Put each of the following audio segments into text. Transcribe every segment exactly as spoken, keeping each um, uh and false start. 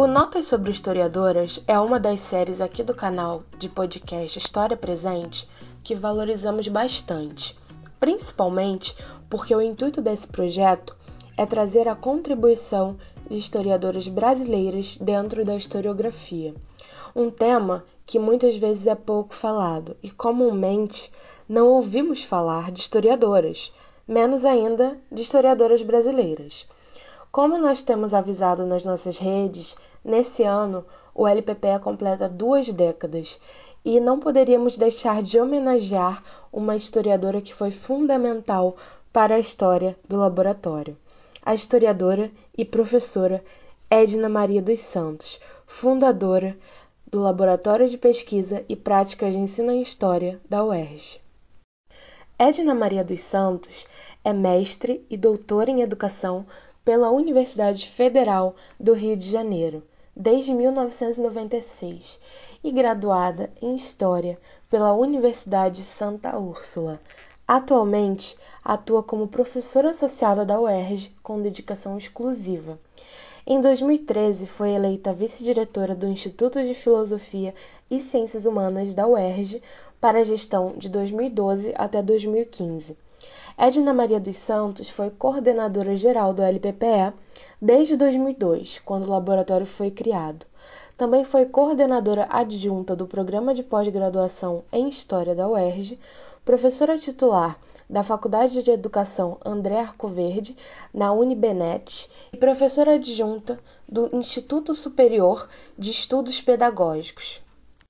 O Notas sobre Historiadoras é uma das séries aqui do canal de podcast História Presente que valorizamos bastante, principalmente porque o intuito desse projeto é trazer a contribuição de historiadoras brasileiras dentro da historiografia, um tema que muitas vezes é pouco falado e comumente não ouvimos falar de historiadoras, menos ainda de historiadoras brasileiras. Como nós temos avisado nas nossas redes, nesse ano o L P P E completa duas décadas e não poderíamos deixar de homenagear uma historiadora que foi fundamental para a história do laboratório. A historiadora e professora Edna Maria dos Santos, fundadora do Laboratório de Pesquisa e Práticas de Ensino em História da U E R J. Edna Maria dos Santos é mestre e doutora em Educação pela Universidade Federal do Rio de Janeiro, desde mil novecentos e noventa e seis, e graduada em História pela Universidade Santa Úrsula. Atualmente, atua como professora associada da U E R J com dedicação exclusiva. Em dois mil e treze, foi eleita vice-diretora do Instituto de Filosofia e Ciências Humanas da U E R J para a gestão de dois mil e doze até dois mil e quinze. Edna Maria dos Santos foi coordenadora geral do L P P E desde dois mil e dois, quando o laboratório foi criado. Também foi coordenadora adjunta do Programa de Pós-Graduação em História da U E R J, professora titular da Faculdade de Educação André Arcoverde, na Unibenet, e professora adjunta do Instituto Superior de Estudos Pedagógicos.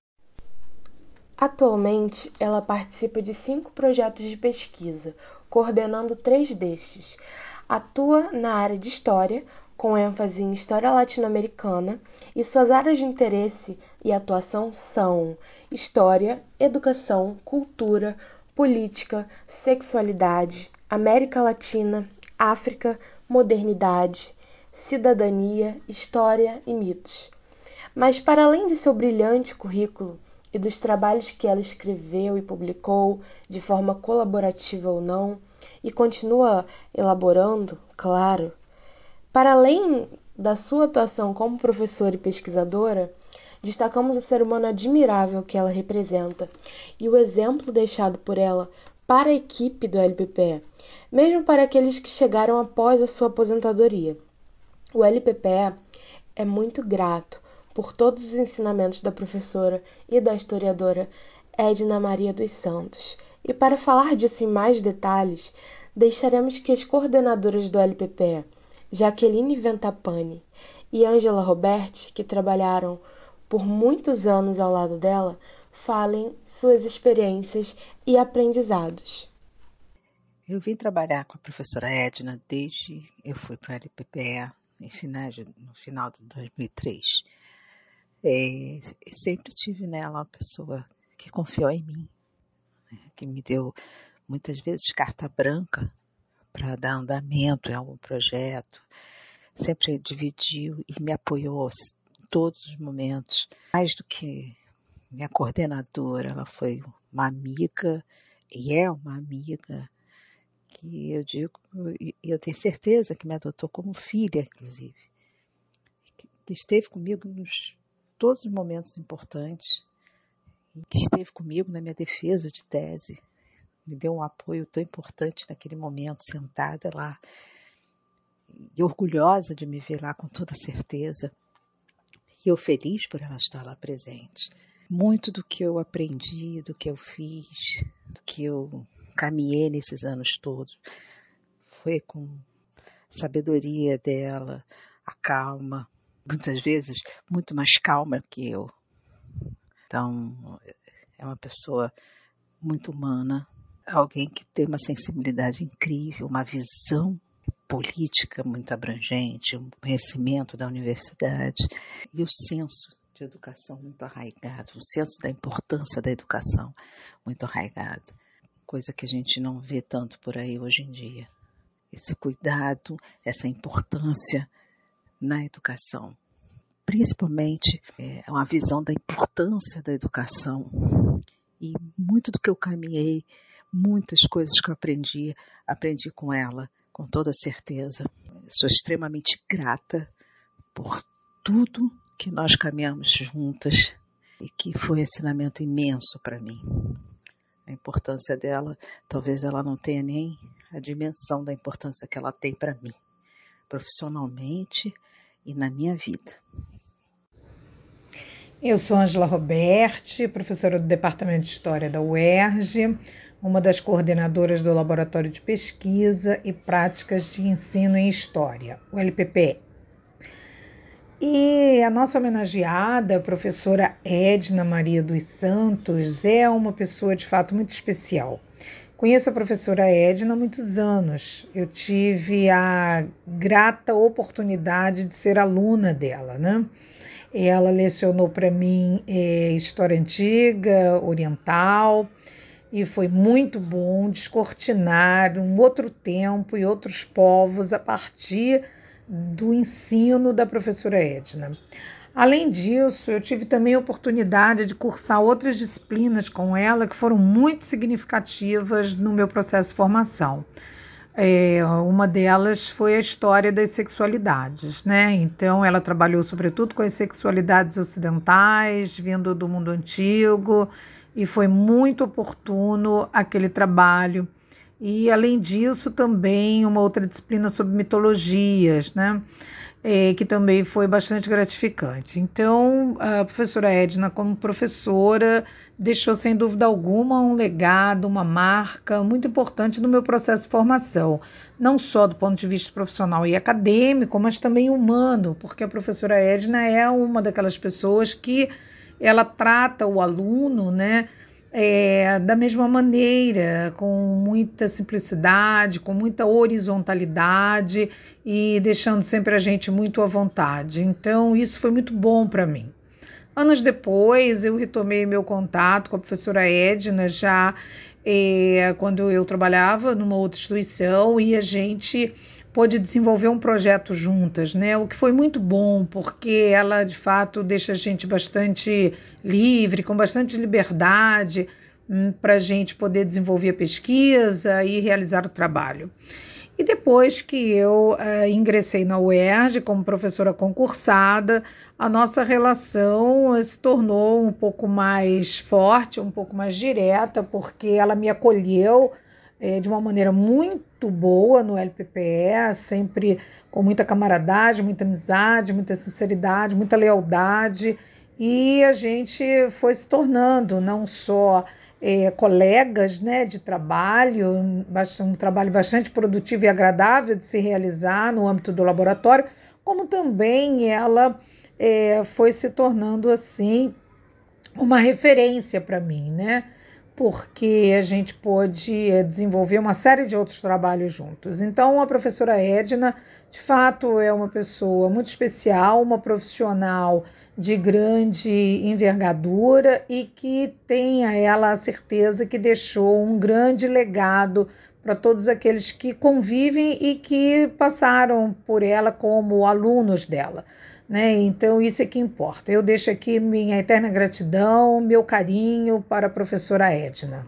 Atualmente, ela participa de cinco projetos de pesquisa, coordenando três destes. Atua na área de História, com ênfase em História Latino-Americana, e suas áreas de interesse e atuação são História, Educação, Cultura, Política, Sexualidade, América Latina, África, Modernidade, Cidadania, História e Mitos. Mas, para além de seu brilhante currículo, e dos trabalhos que ela escreveu e publicou, de forma colaborativa ou não, e continua elaborando, claro. Para além da sua atuação como professora e pesquisadora, destacamos o ser humano admirável que ela representa e o exemplo deixado por ela para a equipe do L P P E, mesmo para aqueles que chegaram após a sua aposentadoria. O L P P E é muito grato por todos os ensinamentos da professora e da historiadora Edna Maria dos Santos. E para falar disso em mais detalhes, deixaremos que as coordenadoras do L P P E, Jaqueline Ventapani e Ângela Roberti, que trabalharam por muitos anos ao lado dela, falem suas experiências e aprendizados. Eu vim trabalhar com a professora Edna desde eu fui para o L P P E em finais, no final de dois mil e três. É, sempre tive nela uma pessoa que confiou em mim, né, que me deu muitas vezes carta branca para dar andamento em algum projeto, sempre dividiu e me apoiou em todos os momentos. Mais do que minha coordenadora, ela foi uma amiga e é uma amiga que eu digo, e eu tenho certeza que me adotou como filha, inclusive, que esteve comigo nos todos os momentos importantes, que esteve comigo na minha defesa de tese, me deu um apoio tão importante naquele momento, sentada lá, e orgulhosa de me ver lá com toda certeza, e eu feliz por ela estar lá presente. Muito do que eu aprendi, do que eu fiz, do que eu caminhei nesses anos todos, foi com sabedoria dela, a calma, muitas vezes muito mais calma que eu. Então, é uma pessoa muito humana, alguém que tem uma sensibilidade incrível, uma visão política muito abrangente, um conhecimento da universidade e o senso de educação muito arraigado, o senso da importância da educação muito arraigado, coisa que a gente não vê tanto por aí hoje em dia. Esse cuidado, essa importância na educação. Principalmente é uma visão da importância da educação. E muito do que eu caminhei, muitas coisas que eu aprendi, aprendi com ela, com toda certeza. Sou extremamente grata por tudo que nós caminhamos juntas e que foi um ensinamento imenso para mim. A importância dela, talvez ela não tenha nem a dimensão da importância que ela tem para mim, profissionalmente e na minha vida. Eu sou Ângela Roberti, professora do Departamento de História da U E R J, uma das coordenadoras do Laboratório de Pesquisa e Práticas de Ensino em História, o L P P E. E a nossa homenageada, a professora Edna Maria dos Santos, é uma pessoa de fato muito especial. Conheço a professora Edna há muitos anos. Eu tive a grata oportunidade de ser aluna dela, né? Ela lecionou para mim é, História Antiga, Oriental, e foi muito bom descortinar um outro tempo e outros povos a partir do ensino da professora Edna. Além disso, eu tive também a oportunidade de cursar outras disciplinas com ela que foram muito significativas no meu processo de formação. É, uma delas foi a história das sexualidades, né? Então ela trabalhou sobretudo com as sexualidades ocidentais, vindo do mundo antigo, e foi muito oportuno aquele trabalho. E além disso também uma outra disciplina sobre mitologias, né? É, que também foi bastante gratificante. Então a professora Edna, como professora, deixou sem dúvida alguma um legado, uma marca muito importante no meu processo de formação, não só do ponto de vista profissional e acadêmico, mas também humano, porque a professora Edna é uma daquelas pessoas que ela trata o aluno, né, é, da mesma maneira, com muita simplicidade, com muita horizontalidade e deixando sempre a gente muito à vontade. Então isso foi muito bom para mim. Anos depois, eu retomei meu contato com a professora Edna, já é, quando eu trabalhava numa outra instituição, e a gente pôde desenvolver um projeto juntas, né? O que foi muito bom, porque ela, de fato, deixa a gente bastante livre, com bastante liberdade, hum, para a gente poder desenvolver a pesquisa e realizar o trabalho. E depois que eu uh, ingressei na U E R J como professora concursada, a nossa relação se tornou um pouco mais forte, um pouco mais direta, porque ela me acolheu eh, de uma maneira muito boa no L P P E, sempre com muita camaradagem, muita amizade, muita sinceridade, muita lealdade, e a gente foi se tornando não só É, colegas, né, de trabalho, um trabalho bastante produtivo e agradável de se realizar no âmbito do laboratório, como também ela é, foi se tornando assim uma referência para mim, né? Porque a gente pôde desenvolver uma série de outros trabalhos juntos. Então, a professora Edna, de fato, é uma pessoa muito especial, uma profissional de grande envergadura e que tenha ela a certeza que deixou um grande legado para todos aqueles que convivem e que passaram por ela como alunos dela. Né? Então isso é que importa. Eu deixo aqui minha eterna gratidão, meu carinho para a professora Edna.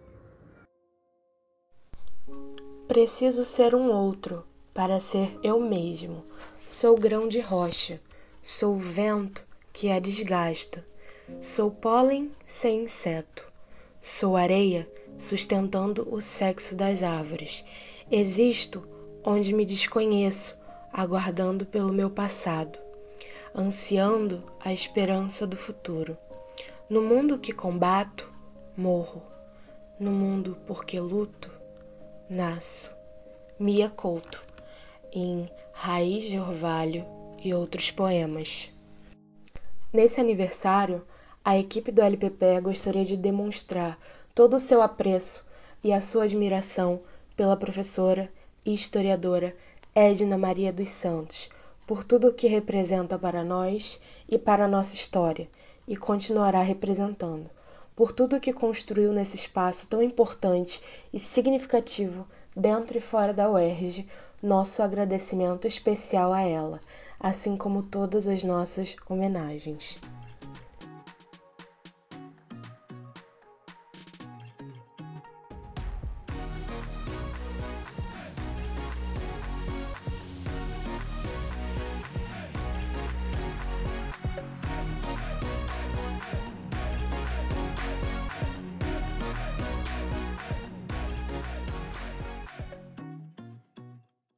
Preciso ser um outro para ser eu mesmo. Sou grão de rocha, sou vento que a desgasta, sou pólen sem inseto, sou areia sustentando o sexo das árvores. Existo onde me desconheço, aguardando pelo meu passado, ansiando a esperança do futuro. No mundo que combato, morro. No mundo porque luto, nasço. Mia Couto, em Raiz de Orvalho e outros poemas. Nesse aniversário, a equipe do L P P E gostaria de demonstrar todo o seu apreço e a sua admiração pela professora e historiadora Edna Maria dos Santos, por tudo o que representa para nós e para a nossa história, e continuará representando, por tudo o que construiu nesse espaço tão importante e significativo dentro e fora da U E R J, nosso agradecimento especial a ela, assim como todas as nossas homenagens.